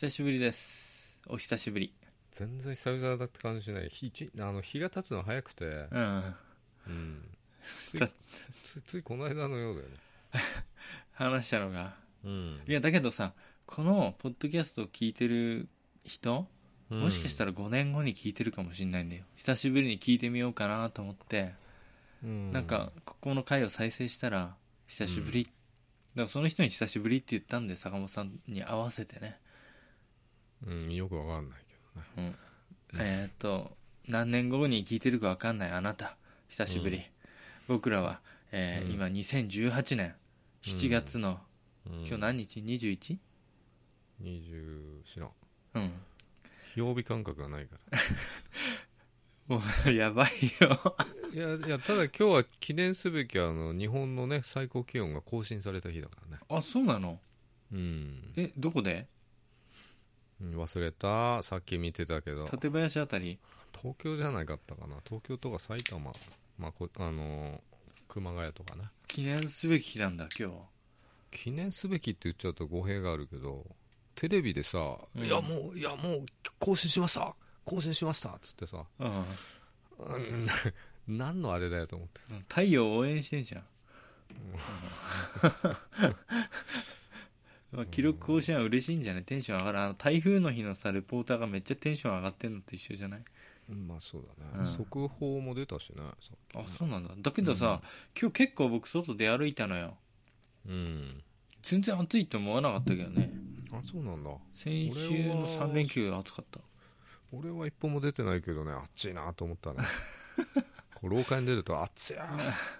久しぶりです。お久しぶり。 全然久々だって感じしない。日が経つの早くて、 うん。 ついこの間のようだよね。 話したのが。 うん。 いや、だけどさ、このポッドキャストを聞いてる人、もしかしたら5年後に聞いてるかもしれないんだよ。久しぶりに聞いてみようかなと思って、なんか、ここの回を再生したら、久しぶり。だからその人に久しぶりって言ったんで、坂本さんに合わせてね。 よくわかんないけどね。 何年後に聞いてるか分かんないあなた、久しぶり。僕らは、今2018年7月の、今日何日 21？ 24。日曜日感覚がないからもうやばいよいやただ今日は記念すべき日本のね最高気温が更新された日だからね。 あ、そうなの？どこで？ 忘れた。さっき見てたけど館林あたり。 東京じゃないかったかな。東京とか埼玉、熊谷とかね。 記念すべき日なんだ今日。 記念すべきって言っちゃうと語弊があるけど、テレビでさ、いやもう更新しましたっつってさ、何のあれだよと思って、 太陽を応援してんじゃん。記録更新は嬉しいんじゃない？テンション上がる。台風の日のさレポーターがめっちゃテンション上がってんのと一緒じゃない？ まあそうだね、速報も出たしねさっきね。 あ、そうなんだ。だけどさ、今日結構僕外出歩いたのよ。全然暑いと思わなかったけどね。 あ、そうなんだ。 先週の3連休暑かった。 俺は一歩も出てないけどね、暑いなと思ったね。こう廊下に出ると暑いや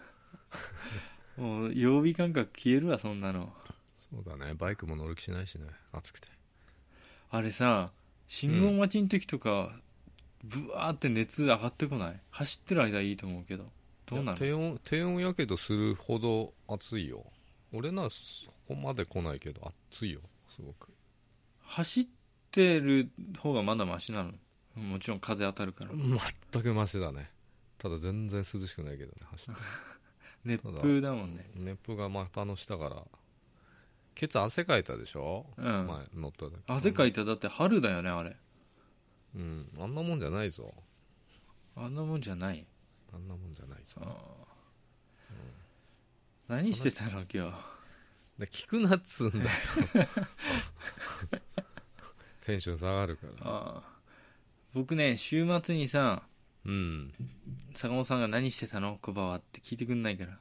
もう曜日感覚消えるわそんなの。 そうだね、バイクも乗る気しないしね、暑くて。 あれさ、信号待ちの時とか、ブワーって熱上がってこない？走ってる間いいと思うけど、どうなの？ 低温やけどするほど暑いよ。俺なそこまで来ないけど暑いよすごく。 走ってる方がまだマシなの？もちろん風当たるから。 全くマシだね。ただ全然涼しくないけどね、走って熱風だもんね。 熱風が股の下から。ケツ汗かいたでしょ、前乗った時。 汗かいた。だって春だよねあれ。 あんなもんじゃないぞ。 あんなもんじゃない。 あんなもんじゃないぞ。 何してたの今日？ 聞くなっつうんだよテンション下がるから。 僕ね、週末にさ、坂本さんが何してたのコバはって聞いてくんないから。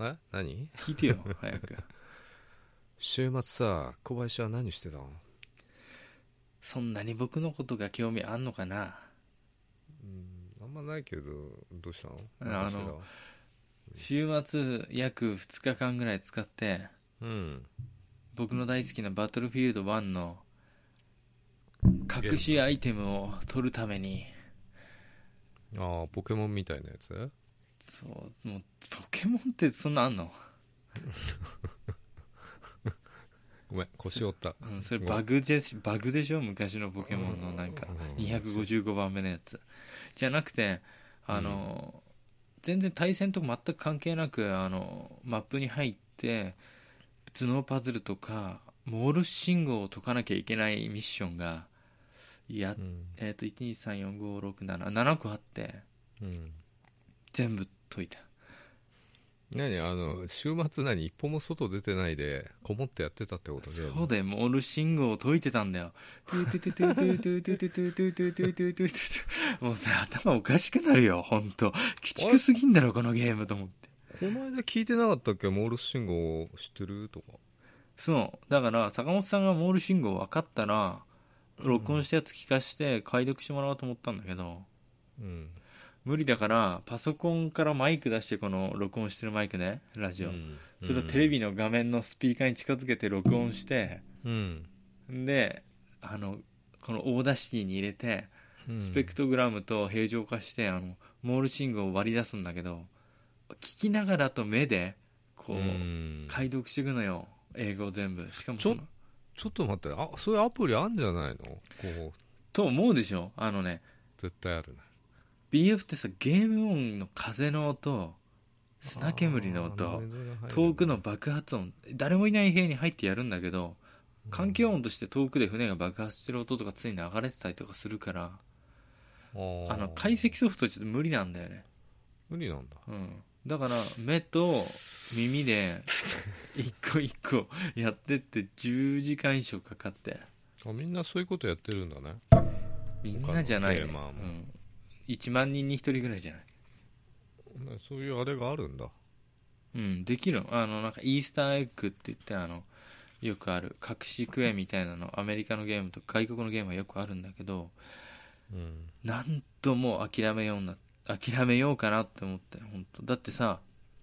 何？ 聞いてよ早く。 週末さ、小林は何してたの？ そんなに僕のことが興味あんのかな？ あんまないけど、どうしたの？ 週末約2日間ぐらい使って、僕の大好きなバトルフィールド1の隠しアイテムを取るために。 ポケモンみたいなやつ？ そう、もうポケモンってそんなあんの？ ごめん、腰折った。 それバグでしょ？昔のポケモンのなんか255番目のやつじゃなくて、全然対戦と全く関係なくマップに入って頭脳パズルとかモールス信号を解かなきゃいけないミッションが1234567個あって、全部解いた。 週末一歩も外出てないでこもってやってたってことで？ そうだよ、モール信号を解いてたんだよ。もうさ、頭おかしくなるよ本当。鬼畜すぎんだろこのゲームと思って。 この間聞いてなかったっけ？モールス信号知ってるとか。 そうだから坂本さんがモール信号分かったら録音したやつ聞かして解読してもらおうと思ったんだけど、無理だからパソコンからマイク出して、この録音してるマイクね、ラジオ、それをテレビの画面のスピーカーに近づけて録音して、でこのオーダーシティに入れて、スペクトグラムと平常化してモール信号を割り出すんだけど、聞きながらと目でこう解読していくのよ、英語全部。しかもちょっと待って、そういうアプリあんじゃないの？ と思うでしょ。 絶対あるね。 BF ってさ、ゲーム音の風の音、砂煙の音、遠くの爆発音、誰もいない部屋に入ってやるんだけど、 環境音として遠くで船が爆発してる音とか常に流れてたりとかするから、解析ソフトちょっと無理なんだよね。 無理なんだ。 うん。だから目と耳で一個一個やってって10時間以上かかって。 みんなそういうことやってるんだね。 みんなじゃないね、 まあうん、1万人に1人ぐらいじゃない。 そういうあれがあるんだ。 うん、できるの。なんかイースターエッグって言ってよくある隠しクエみたいなの、アメリカのゲームとか外国のゲームはよくあるんだけど、なんともう諦めようかなって思って。本当だってさ、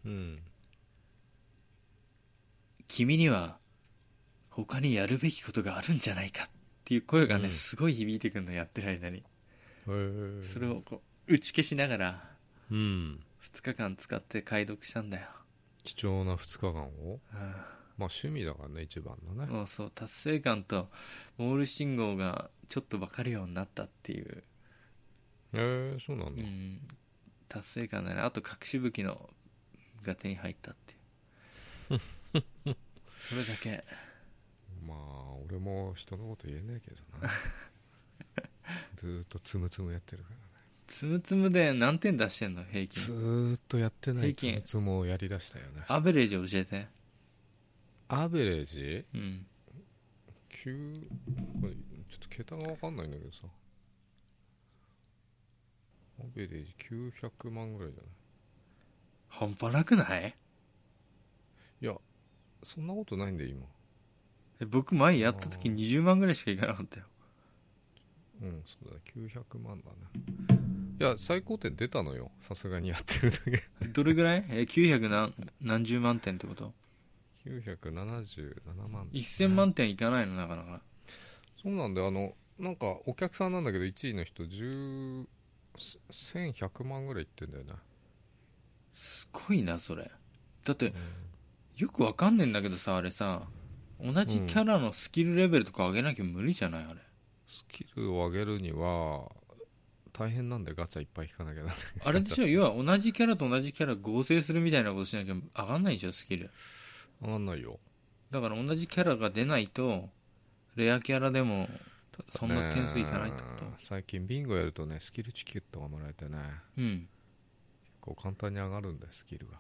君には他にやるべきことがあるんじゃないかっていう声がね、すごい響いてくるの、やってる間に。それをこう打ち消しながら2日間使って解読したんだよ。 貴重な2日間を、まあ趣味だからね、一番のね。 そう、達成感とモール信号がちょっと分かるようになったっていう。 そうなんだ。 達成感だね。あと隠し武器のが手に入ったっていうそれだけ。 まあ俺も人のこと言えないけどなずーっとつむつむやってるからね。 つむつむで何点出してんの平均。 ずーっとやってないつむつむをやりだしたよね。 アベレージ教えて。 アベレージうん。 これちょっと桁が分かんないんだけどさ、アベレージ900万ぐらいじゃない？ 半端なくない？ いやそんなことないんだよ今。 僕前やった時20万ぐらいしかいかなかったよ。 そうだね、900万だね。いや最高点出たのよ、さすがにやってるだけどれぐらい900何十万点ってこと？ 977万、 1000万点いかないのなかなか。 そうなんだよ。なんかお客さんなんだけど1位の人1100万ぐらいいってんだよね。 すごいなそれ。だって、よくわかんねえんだけどさ、あれさ、同じキャラのスキルレベルとか上げなきゃ無理じゃない？あれスキルを上げるには大変なんでガチャいっぱい引かなきゃならない。 あれでしょ、要は同じキャラと同じキャラ合成するみたいなことしなきゃ上がんないんでしょ、スキル。 上がんないよ。 だから同じキャラが出ないとレアキャラでもそんな点数いかないってこと？ 最近ビンゴやるとね、スキルチケットがもらえてね、結構簡単に上がるんだよスキルが。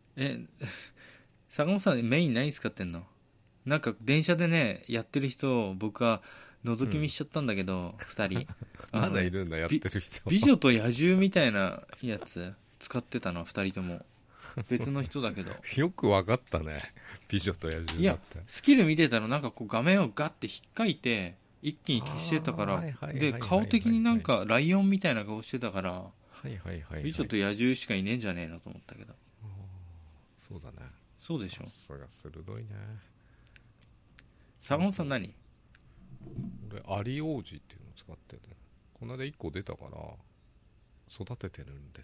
坂本さんメイン何使ってんの？なんか電車でねやってる人を僕は覗き見しちゃったんだけど、2人まだいるんだやってる人。 美女と野獣みたいなやつ使ってたの、2人とも別の人だけどよくわかったね、美女と野獣だって。いやスキル見てたらなんかこう画面をガッて引っかいて一気に消してたから、で顔的になんかライオンみたいな顔してたから、美女と野獣しかいねえんじゃねえなと思ったけど。 そうだね。 そうでしょ。 さすが鋭いね。 坂本さん何？ 俺アリ王子っていうのを使ってて、この間1個出たから育ててるんです。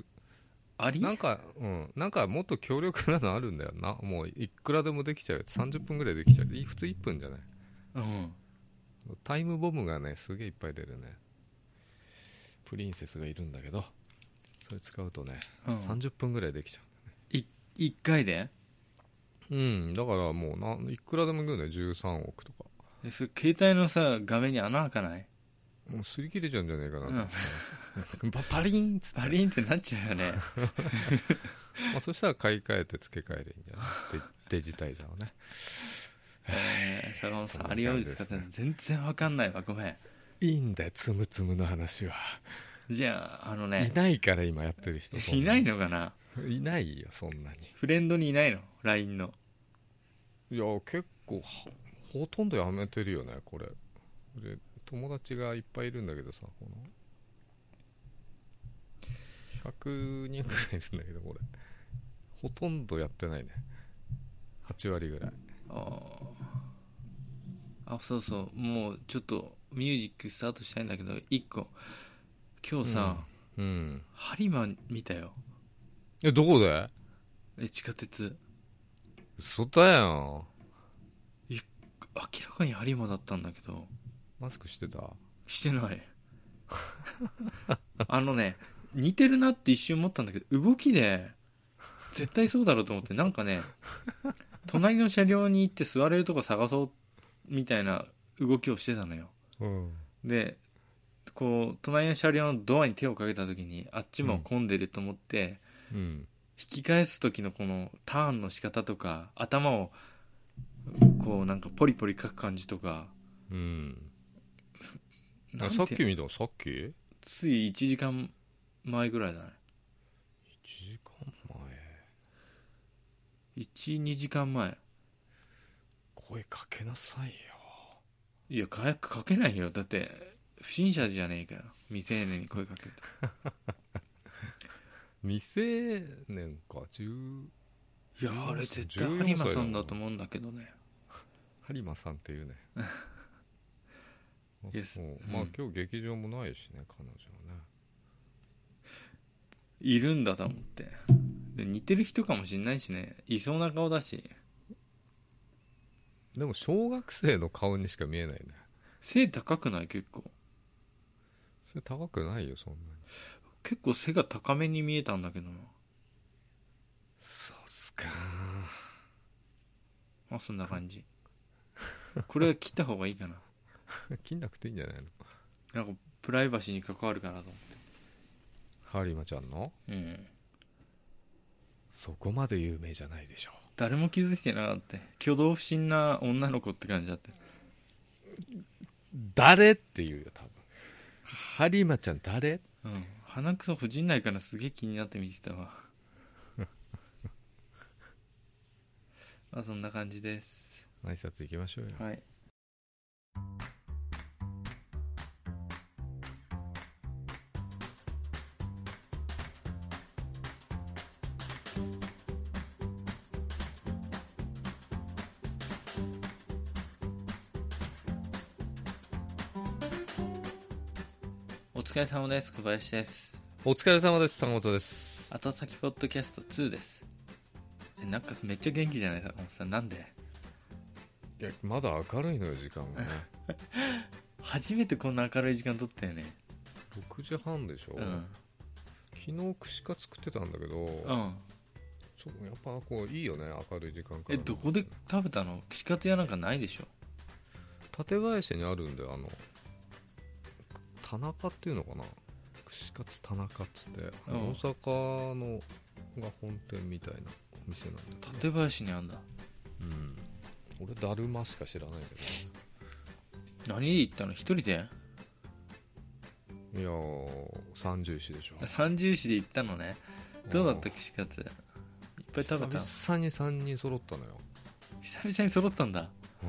アリ？ なんかもっと強力なのあるんだよな。もういくらでもできちゃう。30分ぐらいできちゃう。普通1分じゃない？タイムボムがねすげえいっぱい出るねプリンセスがいるんだけど、それ使うとね、30分ぐらいできちゃうんだね。 1回で？ だからもういくらでもいくんだよ。13億とか。 それ携帯のさ画面に穴開かない？ もう擦り切れちゃうんじゃないかな、パリンっつってパリンってなっちゃうよねそしたら買い替えて付け替えるんじゃない？デジタイザーをね。 坂本さんアリ王子使ってるの全然わかんないわ、ごめん。 いいんだよつむつむの話は。 じゃあいないから今やってる人。 いないのかな？ いないよそんなに。 フレンドにいないの LINE の？ いや結構ほとんどやめてるよねこれで。友達がいっぱいいるんだけどさ、この100人くらいいるんだけど、これほとんどやってないね。8割ぐらい。 そうそう、もうちょっとミュージックスタートしたいんだけど、1個今日さ、ハリマン見たよ。 どこで？ 地下鉄。 嘘だよ。 明らかにハリマだったんだけど。 マスクしてた？ してない似てるなって一瞬思ったんだけど、動きで絶対そうだろうと思って、なんかね隣の車両に行って座れるとこ探そうみたいな動きをしてたのよ、 うん、 でこう隣の車両のドアに手をかけた時にあっちも混んでると思って、 うん、 引き返す時のこのターンの仕方とか頭をこうなんかポリポリかく感じとか、 うん、 なんてさっき見たのさっきつい1時間前ぐらいだね。 1時間前 1,2 時間前。 声かけなさいよ。 いや早くかけないよ、だって不審者じゃねえかよ、未成年に声かけると。 未成年か10。 いやあれ絶対有馬さんだと思うんだけどね。 有馬さんっていうねそう、 うん、 まあ今日劇場もないしね、彼女はねいるんだと思って。で似てる人かもしんないしね、いそうな顔だし。 でも小学生の顔にしか見えないね。 背高くない？結構それ高くないよそんなに。 結構背が高めに見えたんだけどな。 そうっすか。 まあそんな感じ。これは切った方がいいかな。 切んなくていいんじゃないの。 なんかプライバシーに関わるかなと思って。 ハリマちゃんのうんそこまで有名じゃないでしょ。 誰も気づいてなかった。挙動不審な女の子って感じだった。 誰って言うよ多分。ハリマちゃん誰。 うん、鼻くそほじんないからすげえ気になって見てたわ。まあそんな感じです。 挨拶行きましょうよ。 はい。お疲れ様です。小林です。 お疲れ様です。坂本です。 後先ポッドキャスト2です。なんかめっちゃ元気じゃない坂本さん。なんで？ いやまだ明るいのよ時間がね初めてこんな明るい時間撮ったよね。 6時半でしょ、 うん、 昨日串カツ食ってたんだけど、 うん、 やっぱこういいよね明るい時間から。 どこで食べたの？串カツ屋なんかないでしょ。 館林にあるんで、田中っていうのかな、串カツ田中っつって、 うん、 大阪のが本店みたいなお店なんだけど、ね、 館林にあんだ。 うん、俺だるましか知らないけど。何で行ったの？一人で？ ど、いや三重市でしょ。 三重市で行ったのね。どうだった串カツ？いっぱい食べた？ 久々に3人揃ったのよ。 久々に揃ったんだ。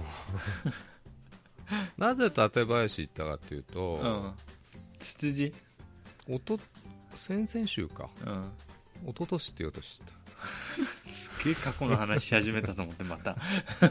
なぜ館林行ったかっていうと、 うん、ツツジ先々週か、 うん、 一昨年って言おうとしてた。 すげえ過去の話し始めたと思ってまた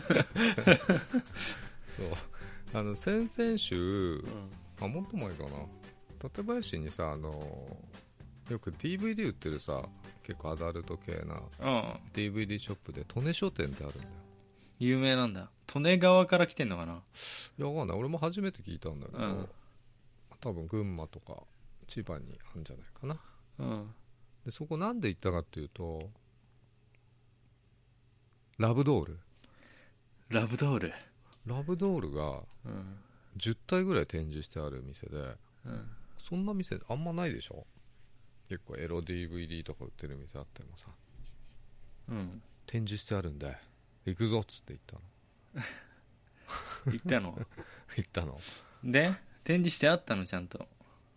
そう先々週、 うん、 もっと前かな、館林にさよく DVD 売ってるさ、結構アダルト系な、うん、DVD ショップで利根書店ってあるんだよ。 有名なんだ。利根川から来てんのかな。 いやわかんない、俺も初めて聞いたんだけど、 うん、 多分群馬とか千葉にあるんじゃないかな、 うん、 でそこなんで行ったかっていうと、ラブドールラブドールが10体ぐらい展示してある店で、うん、そんな店あんまないでしょ。結構エロ DVD とか売ってる店あってもさ、うん、展示してあるんで行くぞっつって行ったの行ったの行ったので展示してあったのちゃんと。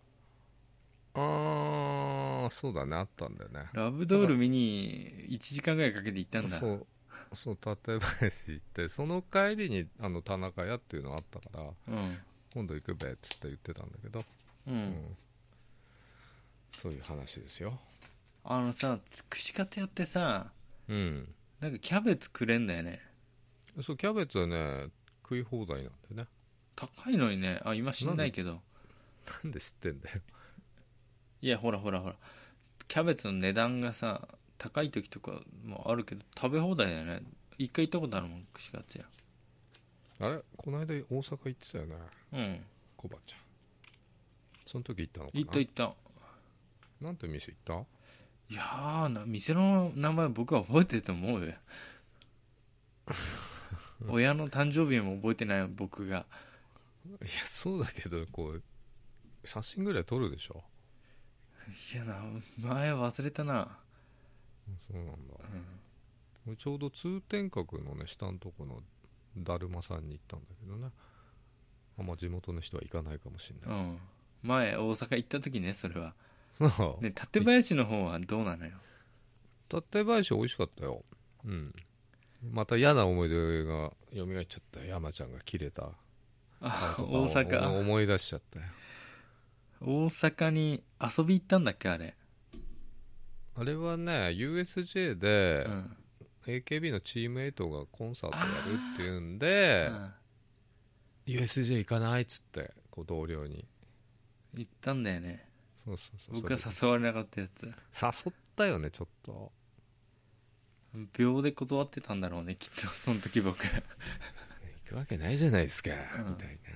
そうだね、あったんだよね。 ラブドール見に1時間ぐらいかけて行ったんだ。 そう館林行って、その帰りに田中屋っていうのがあったから、うん、今度行くべっつって言ってたんだけど、うんうん、そういう話ですよ。 さ串カツ屋ってさ、 うん、 なんかキャベツくれんだよね。 そう、キャベツはね食い放題なんでね。 高いのにね。今知んないけど。 なんで知ってんだよ。 いやほらキャベツの値段がさ高い時とかもあるけど食べ放題だよね。一回行ったことあるもん串カツ屋。 あれこの間大阪行ってたよね。 うん。 コバちゃんその時行ったのかな。 行った。 なんて店行った？ いや店の名前僕は覚えてると思うよ親の誕生日も覚えてない僕が。 いやそうだけどこう写真ぐらい撮るでしょ。 いやな、前忘れたな。 そうなんだ、俺ちょうど通天閣のね下のとこのだるまさんに行ったんだけどね。あんま地元の人は行かないかもしれない、 前大阪行った時ね、それはね。 い館林の方はどうなのよ。 館林美味しかったよ。また嫌な思い出が蘇っちゃったよ。山ちゃんが切れた顔とか大阪思い出しちゃったよ。 大阪に遊び行ったんだっけ、あれ。 あれはね USJ で、AKB のチーム8がコンサートやるっていうんで、USJ 行かないっつってこう同僚に行ったんだよね。 そうそうそう、 僕は誘われなかったやつ。 誘ったよねちょっと。 秒で断ってたんだろうねきっと、その時僕行くわけないじゃないですか、みたいな、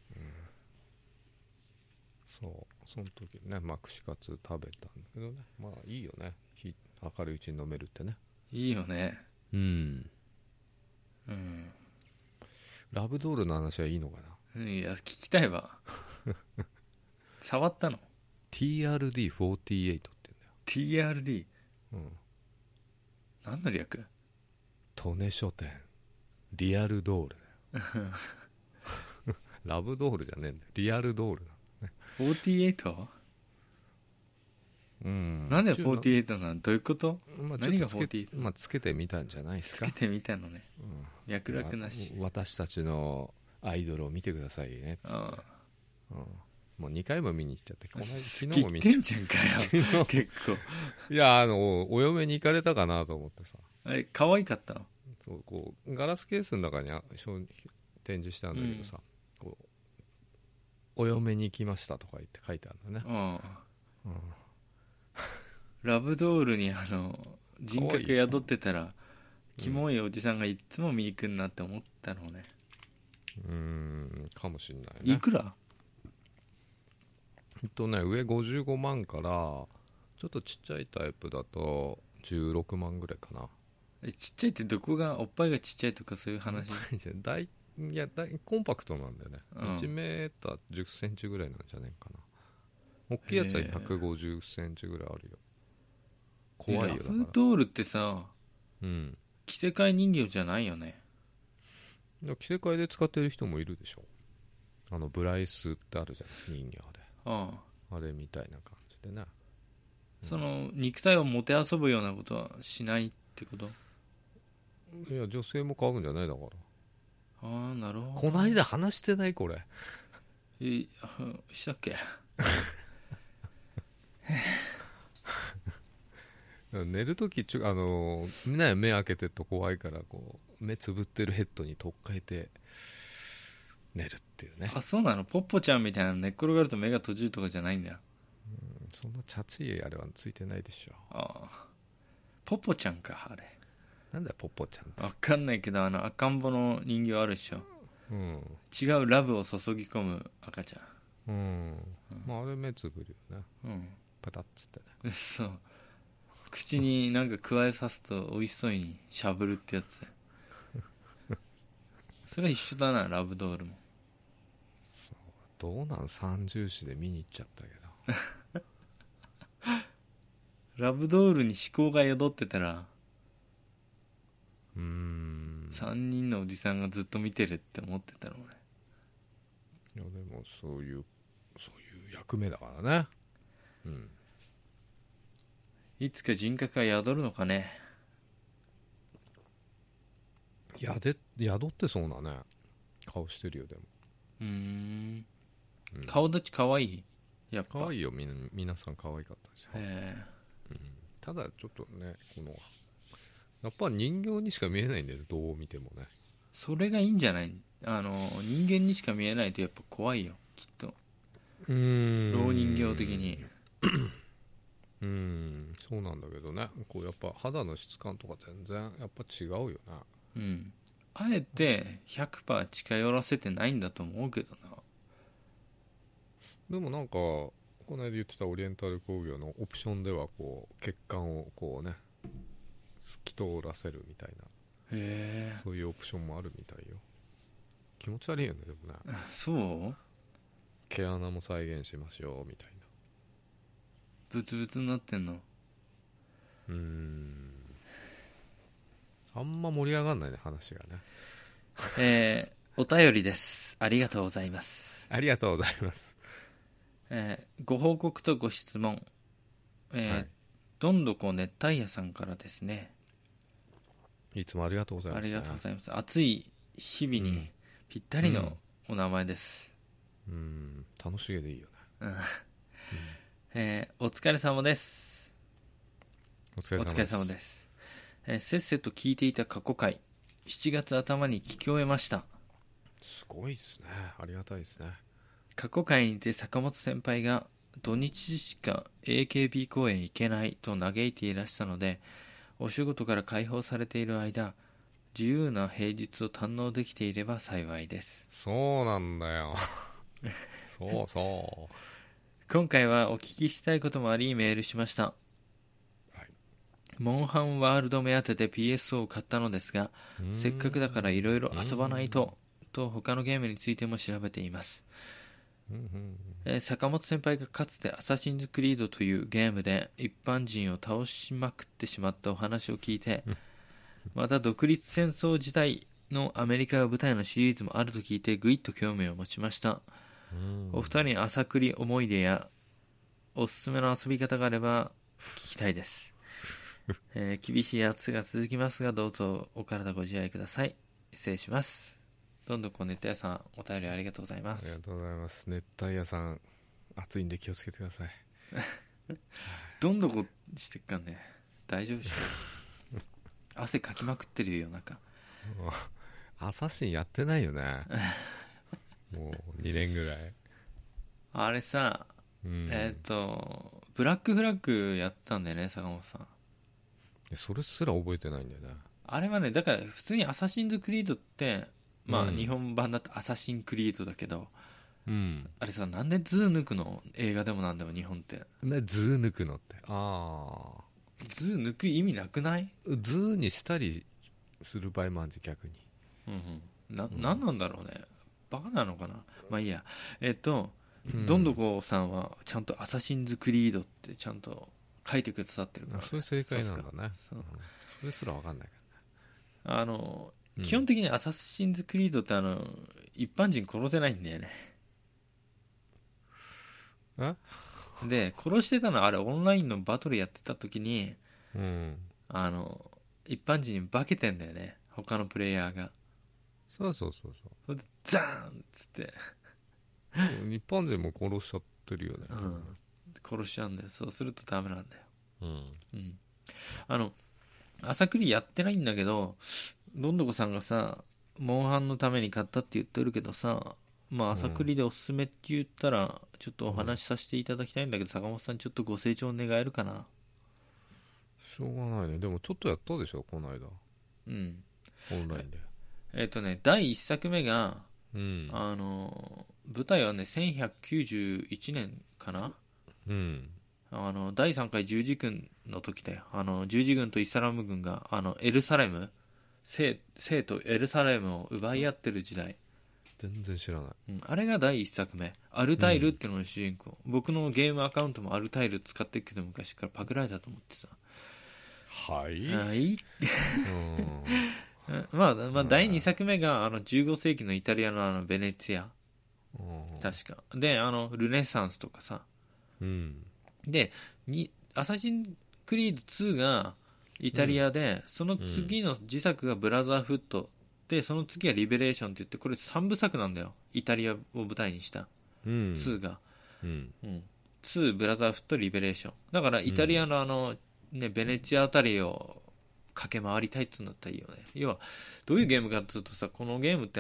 その時ね串カツ食べたんだけどね。まあいいよね、明るいうちに飲めるってね。 いいよね。 ラブドールの話はいいのかな。 いや聞きたいわ触ったの？ TRD48 って言うんだよ。 TRD、何の略？ トネ書店リアルドールだよラブドールじゃねえんだよ、リアルドールだ、ね、 48？ なんで48なの？どういうこと？何が48？ つけてみたんじゃないですか。 つけてみたのね、脈絡なし。 私たちのアイドルを見てくださいねっつって、もう2回も見に行っちゃって、昨日も見に行っちゃった。 言ってんじゃんかよ結構。 いやお嫁に行かれたかなと思ってさ。 可愛かったの？ そうこうガラスケースの中に展示してあるんだけどさ、こうお嫁に行きましたとか言って書いてあるんだね。 ラブドールに人格宿ってたらキモいおじさんがいつも見に来るなって思ったのね。 かもしんないね。 いくら？ 上55万からちょっとちっちゃいタイプだと16万ぐらいかな。 ちっちゃいってどこが？おっぱいがちっちゃいとかそういう話？ コンパクトなんだよね、1メーター10センチぐらいなんじゃないかな。大きいやつは150センチぐらいあるよ。怖いよだから。ラブドールってさ、着せ替え人形じゃないよね。 着せ替えで使ってる人もいるでしょ。ブライスってあるじゃん、人形で。あれみたいな感じでね。 その肉体をもてあそぶようなことはしないってこと？ いや女性も買うんじゃないだから。 なるほど。 こないだ話してないこれ。 したっけ？ 寝るときね、目開けてると怖いからこう目つぶってるヘッドに取っ替えて寝るっていうね。 そうなの？ポッポちゃんみたいな寝っ転がると目が閉じるとかじゃないんだよ。 そんなチャチいあれはついてないでしょ。 ポッポちゃんかあれ。なんだよポッポちゃんって。 分かんないけど赤ん坊の人形あるでしょ、違うラブを注ぎ込む赤ちゃん。 まああれ目つぶるよね。パタッつってね。 そう、口になんか加えさすと美味しそうにしゃぶるってやつそれは一緒だな、ラブドールも。 そうどうなん三重視で見に行っちゃったけどラブドールに思考が宿ってたら3人のおじさんがずっと見てるって思ってたのね。 いやでもそういう役目だからね。 いつか人格が宿るのかね。 宿ってそうなね顔してるよ。でも顔立ち可愛い。やっぱ可愛いよ。皆さん可愛かったですよ。ただちょっとねやっぱ人形にしか見えないんだよ、どう見てもね。 それがいいんじゃない？人間にしか見えないとやっぱ怖いよきっと。老人形的にそうなんだけどね。こうやっぱ肌の質感とか全然やっぱ違うよね。 あえて 100% 近寄らせてないんだと思うけどな。 でもなんかこの間言ってたオリエンタル工業のオプションではこう血管をこうね透き通らせるみたいな。 へえ。 そういうオプションもあるみたいよ。気持ち悪いよねでもね。 そう？ 毛穴も再現しましょうみたいな。 ブツブツになってんの？ あんま盛り上がんないね話がね。お便りです。ありがとうございます。 ありがとうございます。 ご報告とご質問、はい、どんどこ熱帯夜さんからですね。 いつもありがとうございます、ね、 ありがとうございます。暑い日々にぴったりのお名前です。 楽しげでいいよね。お疲れ様です。 お疲れ様です。 せっせと聞いていた過去回、7月頭に聞き終えました。 すごいですね。ありがたいですね。 過去回にて坂本先輩が土日しか AKB 公演行けないと嘆いていらしたので、お仕事から解放されている間、自由な平日を堪能できていれば幸いです。 そうなんだよそうそう。 今回はお聞きしたいこともありメールしました。モンハンワールド目当てで PSO を買ったのですが、せっかくだからいろいろ遊ばないと他のゲームについても調べています。坂本先輩がかつてアサシンズクリードというゲームで一般人を倒しまくってしまったお話を聞いて、また独立戦争時代のアメリカが舞台のシリーズもあると聞いてぐいっと興味を持ちました。お二人に朝栗思い出やおすすめの遊び方があれば聞きたいです。厳しい暑さが続きますが、どうぞお体ご自愛ください。失礼します。どんどこ熱帯夜さん、お便りありがとうございます。 ありがとうございます。熱帯夜さん、暑いんで気をつけてくださいどんどこしてっかんね。大丈夫でしょ汗かきまくってるよ、なんかアサシンやってないよねもう2年ぐらい。 あれさ、ブラックフラッグやってたんだよね、坂本さん。 それすら覚えてないんだよね。 あれはね、だから普通にアサシンズクリードって、まあ日本版だとアサシンクリードだけど、あれさ、なんでズー抜くの？映画でもなんでも日本って。 ズー抜くのって。 ズー抜く意味なくない？ ズーにしたりする場合もあるんじゃ、逆に。 なんなんだろうね。バカなのかな。まあいいや。どんどこさんはちゃんとアサシンズクリードってちゃんと書いてくださってるから、ね、 そういう正解なんだね。それすら分かんないからね。基本的にアサシンズクリードって一般人殺せないんだよね。で、殺してたのはあれオンラインのバトルやってた時に、一般人に化けてんだよね、他のプレイヤーが。 そうそれでザーンっつって一般人も殺しちゃってるよね、 殺しちゃうんだよ。そうするとダメなんだよ。朝栗やってないんだけど、どんどこさんがさ、モンハンのために買ったって言ってるけどさ、まあ朝栗でおすすめって言ったらちょっとお話しさせていただきたいんだけど、坂本さんちょっとご清聴願えるかな。 しょうがないね。でもちょっとやったでしょ、この間。オンラインで。 第1作目が、舞台はね1191年かな。第3回十字軍の時だよ。十字軍とイスラム軍がエルサレム、聖とエルサレムを奪い合ってる時代。 全然知らない。 あれが第1作目。アルタイルっていうのが主人公。僕のゲームアカウントもアルタイル使ってるけど、昔からパクられたと思ってさ。 はいまあ第2作目が15世紀のイタリアのベネツィア、確かでルネサンスとかさ、でアサシンクリード2がイタリアで、その次の次作がブラザーフットで、その次はリベレーションって言って、これ3部作なんだよ、イタリアを舞台にした、2が、2ブラザーフットリベレーションだから、イタリアのベネチアあたりを駆け回りたいって言うんだったらいいよね。要はどういうゲームかっていうとさ、このゲームって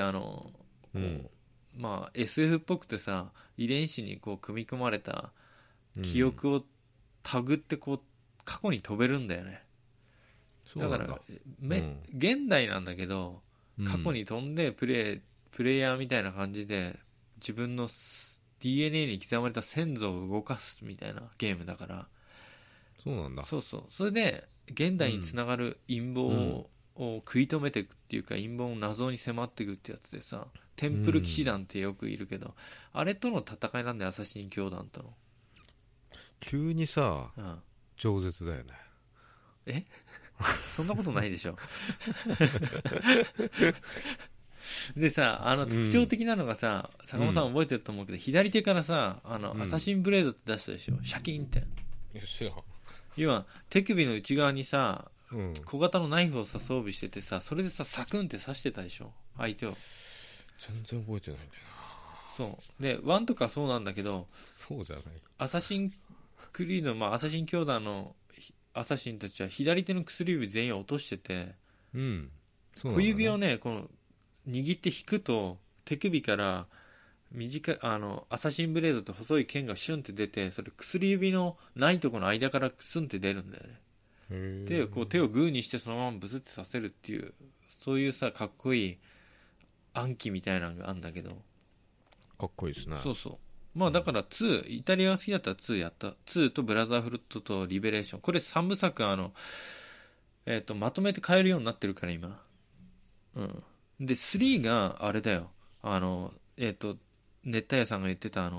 まあ SF っぽくてさ、遺伝子にこう組み込まれた記憶をタグってこう過去に飛べるんだよね。だから現代なんだけど、過去に飛んでプレイヤーみたいな感じで自分の DNA に刻まれた先祖を動かすみたいなゲームだから。 そうなんだ。 それで現代につながる陰謀を食い止めていくっていうか、陰謀を謎に迫っていくってやつでさ、テンプル騎士団ってよくいるけど、あれとの戦いなんで、アサシン教団との。 急にさ、 うん、 饒舌だよね。 えそんなことないでしょ。でさ、特徴的なのがさ、坂本さん覚えてると思うけど、左手からさ、アサシンブレードって出したでしょ、シャキンって。今、手首の内側にさ、小型のナイフをさ装備しててさ、それでさ、サクンって刺してたでしょ、相手を。 全然覚えてないんだよな。そうで、1とかそうなんだけど、 そうじゃない。 アサシンクリード、アサシン兄弟のアサシンたちは左手の薬指全員落としてて、 そうなんだね、 小指をね、この握って引くと手首から短いアサシンブレードって細い剣がシュンって出て、それ薬指のないところの間からスンって出るんだよね。でこう手をグーにしてそのままブスってさせるっていう、そういうさかっこいい暗記みたいなのがあるんだけど、 かっこいいですね。 そうそう、だから2、イタリアが好きだったら2やった。2とブラザーフルットとリベレーション、これ3部作まとめて買えるようになってるから今。で3があれだよ、熱帯夜さんが言ってた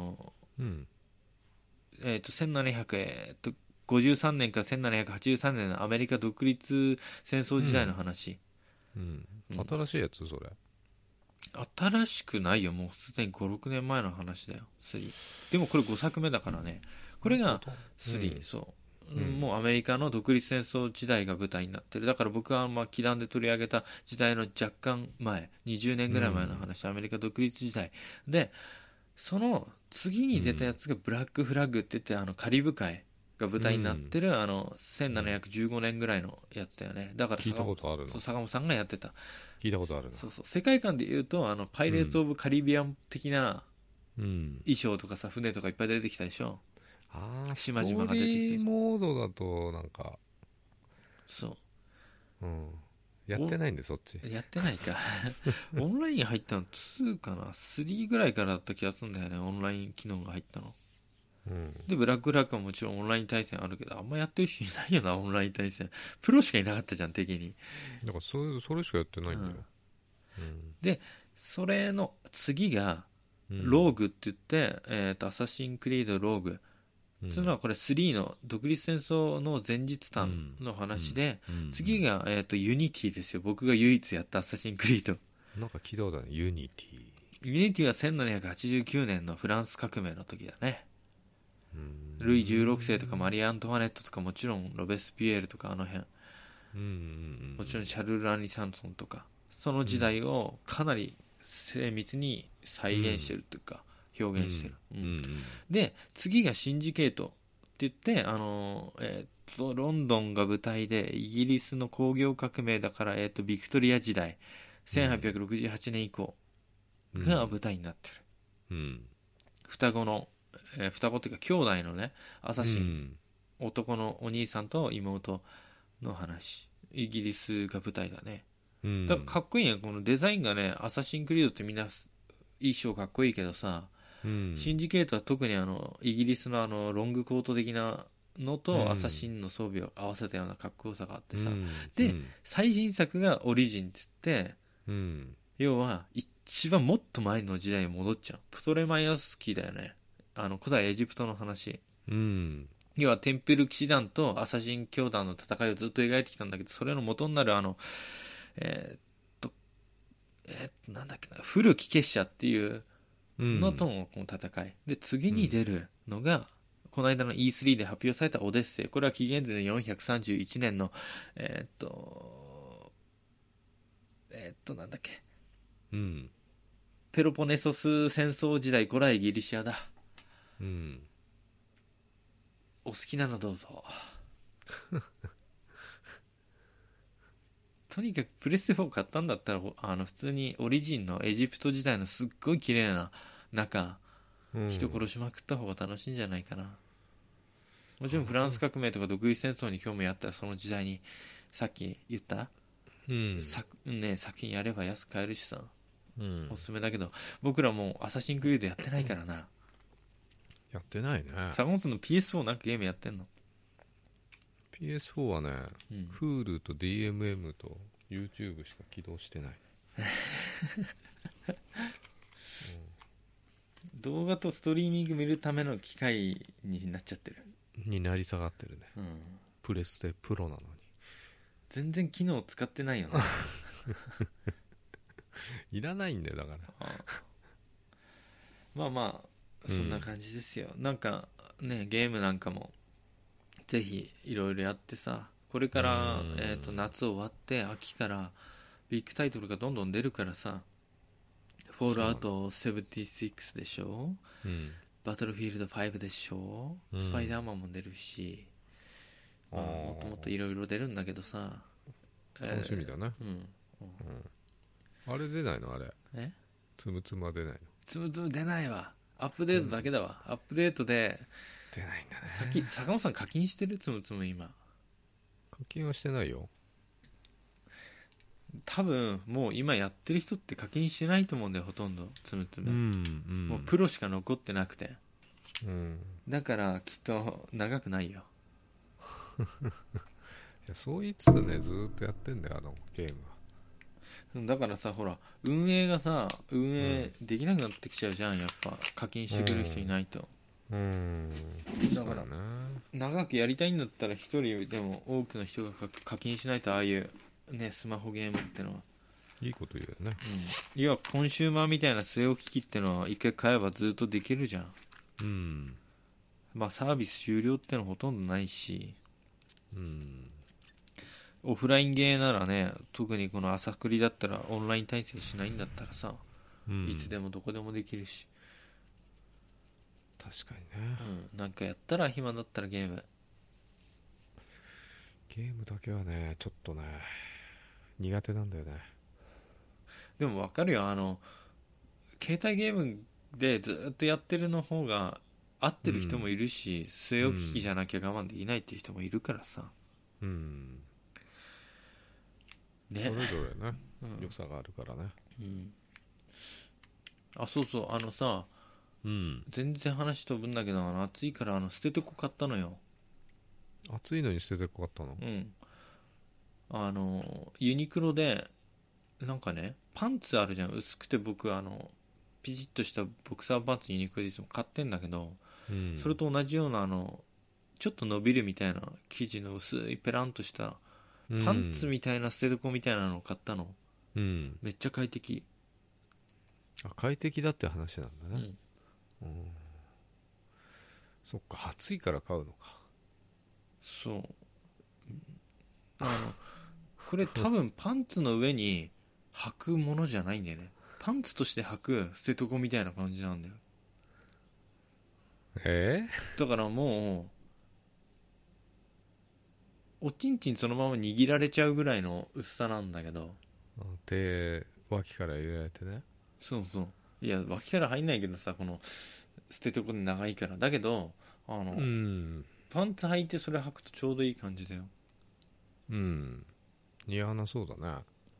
1753年から1783年のアメリカ独立戦争時代の話。 新しいやつそれ。 新しくないよ、もうすでに5、6年前の話だよ、3。でもこれ5作目だからね。これが3、そう。もうアメリカの独立戦争時代が舞台になってる。だから僕は祈願で取り上げた時代の若干前、20年ぐらい前の話、アメリカ独立時代で、その次に出たやつがブラックフラッグって言って、カリブ海が舞台になってる、1715年ぐらいのやつだよね。だから聞いたことあるの。 坂本さんがやってた。 聞いたことあるな。 そうそう、世界観で言うとパイレーツ・オブ・カリビアン的な衣装とかさ、船とかいっぱい出てきたでしょ。島々が出てきて、 ストーリーモードだとなんか、 そう、 やってないんで、そっちやってないか。オンライン入ったの2かな、3ぐらいからだった気がするんだよね、オンライン機能が入ったの。でブラックフラッグはもちろんオンライン対戦あるけど、あんまやってる人いないよな、オンライン対戦。プロしかいなかったじゃん、敵に。 だからそれしかやってないんだよ。 でそれの次がローグって言って、アサシンクリードローグ、それはこれ3の独立戦争の前日談の話で、次が、ユニティですよ。僕が唯一やったアサシンクリード。 なんか聞いたことある。ユニティ。 ユニティは1789年のフランス革命の時だね。ルイ16世とかマリー・アントワネットとか、もちろんロベスピエールとかあの辺、もちろんシャルル・アニ・サンソンとか、その時代をかなり精密に再現してるというか、表現してる。で次がシンジケートって言って、ロンドンが舞台で、イギリスの工業革命だから、ビクトリア時代1868年以降が舞台になってる。双子の、双子っていうか兄弟のね、アサシン、男のお兄さんと妹の話、イギリスが舞台だね。だからかっこいいね、このデザインがね。アサシンクリードってみんな衣装かっこいいけどさ、シンジケートは特にイギリスのロングコート的なのと、アサシンの装備を合わせたようなかっこよさがあってさ、で、最新作がオリジンって言って、要は一番もっと前の時代に戻っちゃう。プトレマイオスキーだよね、古代エジプトの話。要はテンペル騎士団とアサシン教団の戦いをずっと描いてきたんだけど、それの元になるなんだっけな、古き結社っていうのとのこの戦いで、次に出るのが、この間の E3 で発表されたオデッセイ。これは紀元前431年のなんだっけ、ペロポネソス戦争時代、古来ギリシアだ。お好きなのどうぞ。とにかくプレステ4買ったんだったら、普通にオリジンのエジプト時代のすっごい綺麗な中、人殺しまくった方が楽しいんじゃないかな。もちろんフランス革命とか独立戦争に興味あったら、その時代にさっき言った、作品やれば安く買えるしさ、おすすめだけど、僕らもうアサシンクリードやってないからな。 やってないね。 坂本の PS4 なんかゲームやってんの？ PS4 はね、Hulu と DMM と YouTube しか起動してない、 動画とストリーミング見るための機械になっちゃってる。 になり下がってるね、プレステプロなのに全然機能使ってないよねいらないんだよだから。 まあまあそんな感じですよ、なんかねゲームなんかもぜひいろいろやってさ、これから、夏終わって秋からビッグタイトルがどんどん出るからさ、フォールアウト76でしょ、バトルフィールド5でしょ、スパイダーマンも出るし、もっともっといろいろ出るんだけどさ、 楽しみだね、あれ出ないの？あれつむつむは出ないの？ つむつむ出ないわ、アップデートだけだわ、アップデートで出ないんだね。 坂本さん課金してる？つむつむ今課金はしてないよ。 多分もう今やってる人って課金してないと思うんだよ、ほとんどつむつむ、もうプロしか残ってなくて、だからきっと長くないよいやそう言いつつね、ずーっとやってんだよ、あのゲームは。 だからさ、ほら運営がさ、運営できなくなってきちゃうじゃん、やっぱ課金してくる人いないと、だから長くやりたいんだったら一人でも多くの人が課金しないと、ああいうねスマホゲームってのはいいこと言うよね、 要はコンシューマーみたいな据え置き機ってのは一回買えばずっとできるじゃん、まあサービス終了ってのはほとんどないし、オフラインゲーならね、特にこの朝繰りだったらオンライン対戦しないんだったらさ、いつでもどこでもできるし、 確かにね、 なんかやったら暇だったらゲームだけはねちょっとね苦手なんだよね。 でも分かるよ、携帯ゲームでずっとやってるの方が合ってる人もいるし、据え置き機じゃなきゃ我慢できないっていう人もいるからさ、 ね、それぞれね、良さがあるからね、 あ、そうそう、さ、全然話飛ぶんだけど、暑いから捨ててこ買ったのよ。 暑いのに捨ててこ買ったの？ユニクロでなんかね、パンツあるじゃん、薄くて、僕ピチッとしたボクサーパンツユニクロでいつも買ってんだけど、それと同じようなちょっと伸びるみたいな生地の薄いペランとしたパンツみたいな捨て床みたいなのを買ったの、めっちゃ快適。 快適だって話なんだね、そっか、暑いから買うのか。 そう、これ多分パンツの上に履くものじゃないんだよね、パンツとして履く捨て床みたいな感じなんだよ。だからもうおちんちんそのまま握られちゃうぐらいの薄さなんだけど、 手脇から入れられてね。 そうそう、いや脇から入んないけどさ、この捨て床で長いから。だけどパンツ履いてそれ履くとちょうどいい感じだよ。 似合わなそうだね。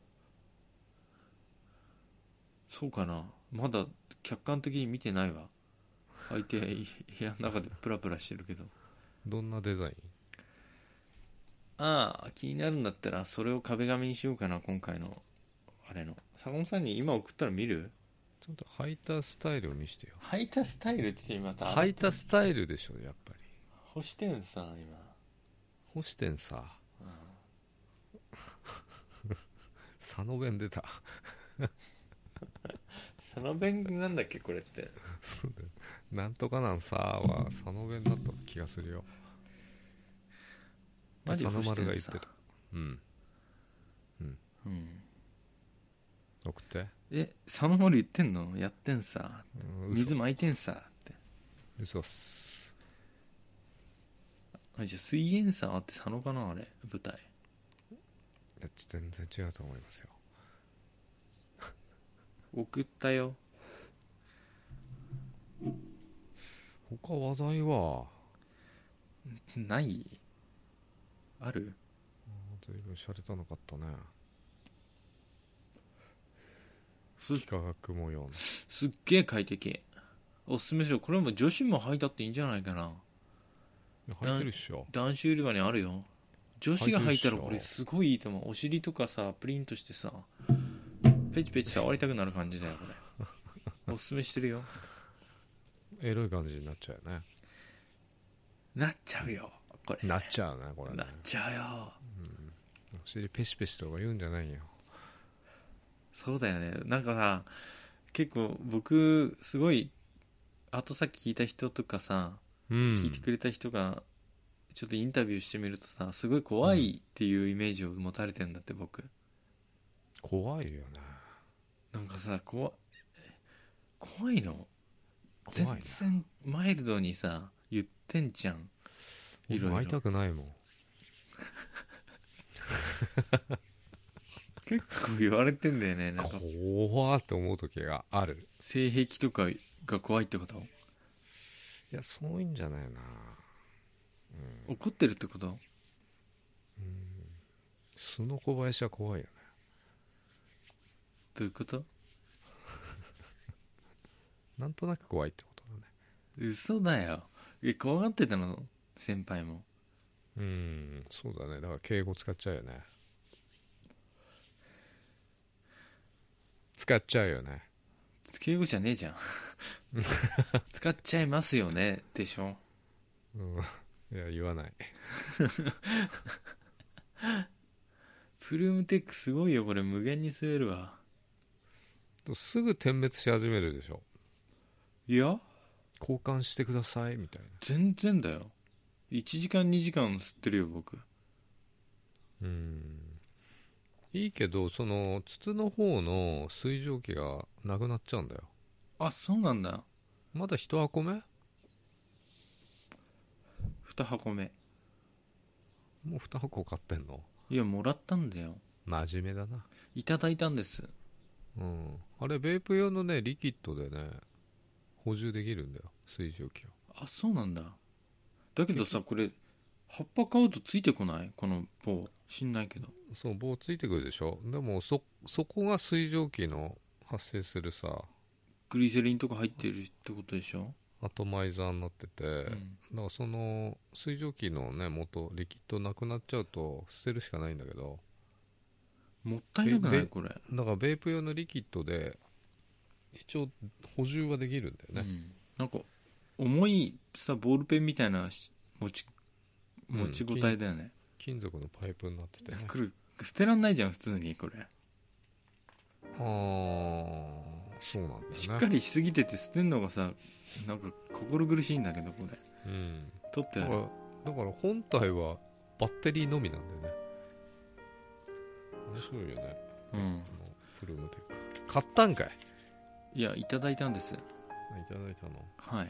そうかな、まだ客観的に見てないわ。履いて部屋の中でプラプラしてるけど。 どんなデザイン？ 気になるんだったらそれを壁紙にしようかな、今回のあれの。坂本さんに今送ったら見る？ ちょっと履いたスタイルを見せてよ。 履いたスタイルって今さ、 履いたスタイルでしょ、やっぱり。 干してんさ今。 干してんさ、佐野弁出た佐野弁なんだっけこれって。 そうだよ、なんとかなんさは佐野弁だった気がするよ。 マジ佐野丸が干してんさ。 言ってた。送って。 佐野丸言ってんの？やってんさ、水巻いてんさって。 嘘っす。 じゃあ水源さんって佐野かな、あれ舞台。 いや全然違うと思いますよ。 送ったよ。 他話題はない？ある？ 随分洒落たなかったね。 幾何学模様のすっげえ快適、おすすめしろ。これも女子も履いたっていいんじゃないかな。 履いてるっしょ。 男子売り場にあるよ。 女子が履いたらこれすごいいいと思う。お尻とかさプリントしてさペチペチ触りたくなる感じだよこれ。おすすめしてるよ。 エロい感じになっちゃうよね。 なっちゃうよこれ。 なっちゃうねこれね。 なっちゃうよ、 お尻ペシペシとか言うんじゃないよ。 そうだよね。なんかさ結構僕すごい後先聞いた人とかさ、聞いてくれた人がちょっとインタビューしてみるとさすごい怖いっていうイメージを持たれてるんだって僕。 怖いよね。 なんかさ怖いの全然マイルドにさ言ってんじゃん。いろいろ会いたくないもん。 結構言われてんだよね。なんか怖って思う時がある。 性癖とかが怖いってこと？ いやそういうんじゃないな、 怒ってるってこと？ 素の小林は怖いよね。 どういうこと？ なんとなく怖いってことだね。 嘘だよ。怖がってたの先輩も。 そうだね。だから敬語使っちゃうよね。使っちゃうよね。 敬語じゃねえじゃん。使っちゃいますよねでしょ。 いや言わない。 プルームテックすごいよこれ。無限に吸えるわ。 すぐ点滅し始めるでしょ。 いや交換してくださいみたいな。 全然だよ。1時間2時間吸ってるよ僕。 いいけどその筒の方の水蒸気がなくなっちゃうんだよ。 あ、そうなんだ。 まだ1箱目？ 2箱目。 もう2箱買ってんの？ いやもらったんだよ。 真面目だな。 いただいたんです。 あれベープ用のねリキッドでね補充できるんだよ水蒸気を。 あ、そうなんだ。だけどさこれ葉っぱ買うとついてこない？この棒知んないけど。 そう棒ついてくるでしょ。でもそこが水蒸気の発生するさグリセリンとか入ってるってことでしょ。 アトマイザーになってて、だからその水蒸気のね元リキッドなくなっちゃうと捨てるしかないんだけど。 もったいなくないこれ。 だからベープ用のリキッドで一応補充はできるんだよね。 なんか重いさボールペンみたいな持ちごたえだよね。 金属のパイプになっててね。 これ捨てらんないじゃん普通にこれ。 そうなんだよね。 しっかりしすぎてて捨てんのがさなんか心苦しいんだけどこれ。取ってある。 だから本体はバッテリーのみなんだよね。面白いよね。プルームテック買ったんかい？ いやいただいたんです。いただいたの。 はい。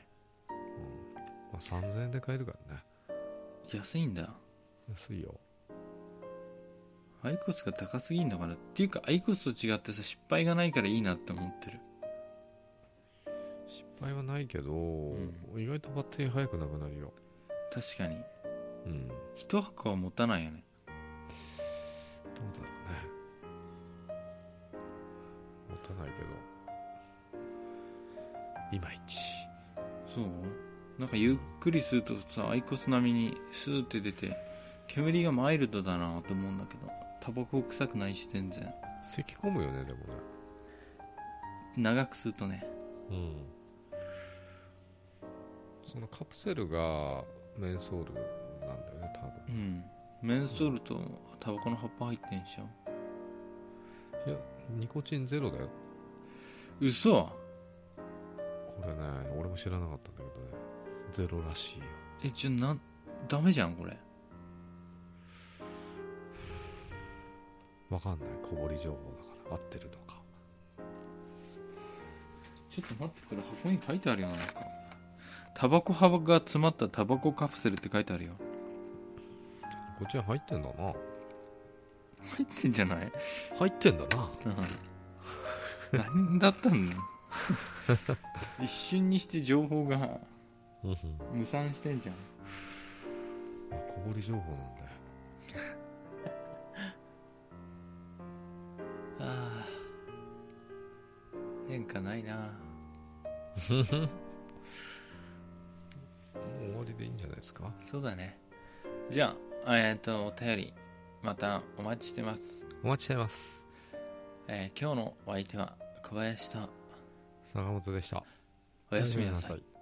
3000円で買えるからね。 安いんだ。 安いよ。 アイコスが高すぎんのかなっていうかアイコスと違ってさ失敗がないからいいなって思ってる。 失敗はないけど、意外とバッテリー早くなくなるよ。 確かに。一箱は持たないよね。 どうだろうね。持たないけどいまいち。 そうなんかゆっくりするとさアイコス並みにスーって出て煙がマイルドだなと思うんだけどタバコ臭くないし全然。 咳込むよねでもね。 長く吸うとね。 そのカプセルがメンソールなんだよね多分。 メンソールとタバコの葉っぱ入ってんじゃん。 いやニコチンゼロだよ。 嘘。 これね俺も知らなかったんだけどねゼロらしいよ。 じゃあダメじゃんこれ。 わかんない。小堀情報だから合ってるのか。 ちょっと待ってこれ箱に書いてあるよなんかタバコ葉が詰まったタバコカプセルって書いてあるよ。 こっちは入ってんだな。 入ってんじゃない？ 入ってんだな。 何だったんだ一瞬にして情報が無散してんじゃん。 小堀情報なんだよ。 変化ないな。 もう終わりでいいんじゃないですか。 そうだね。じゃお便りまたお待ちしてます。 お待ちしてます。 今日のお相手は小林と坂本でした。 おやすみなさい。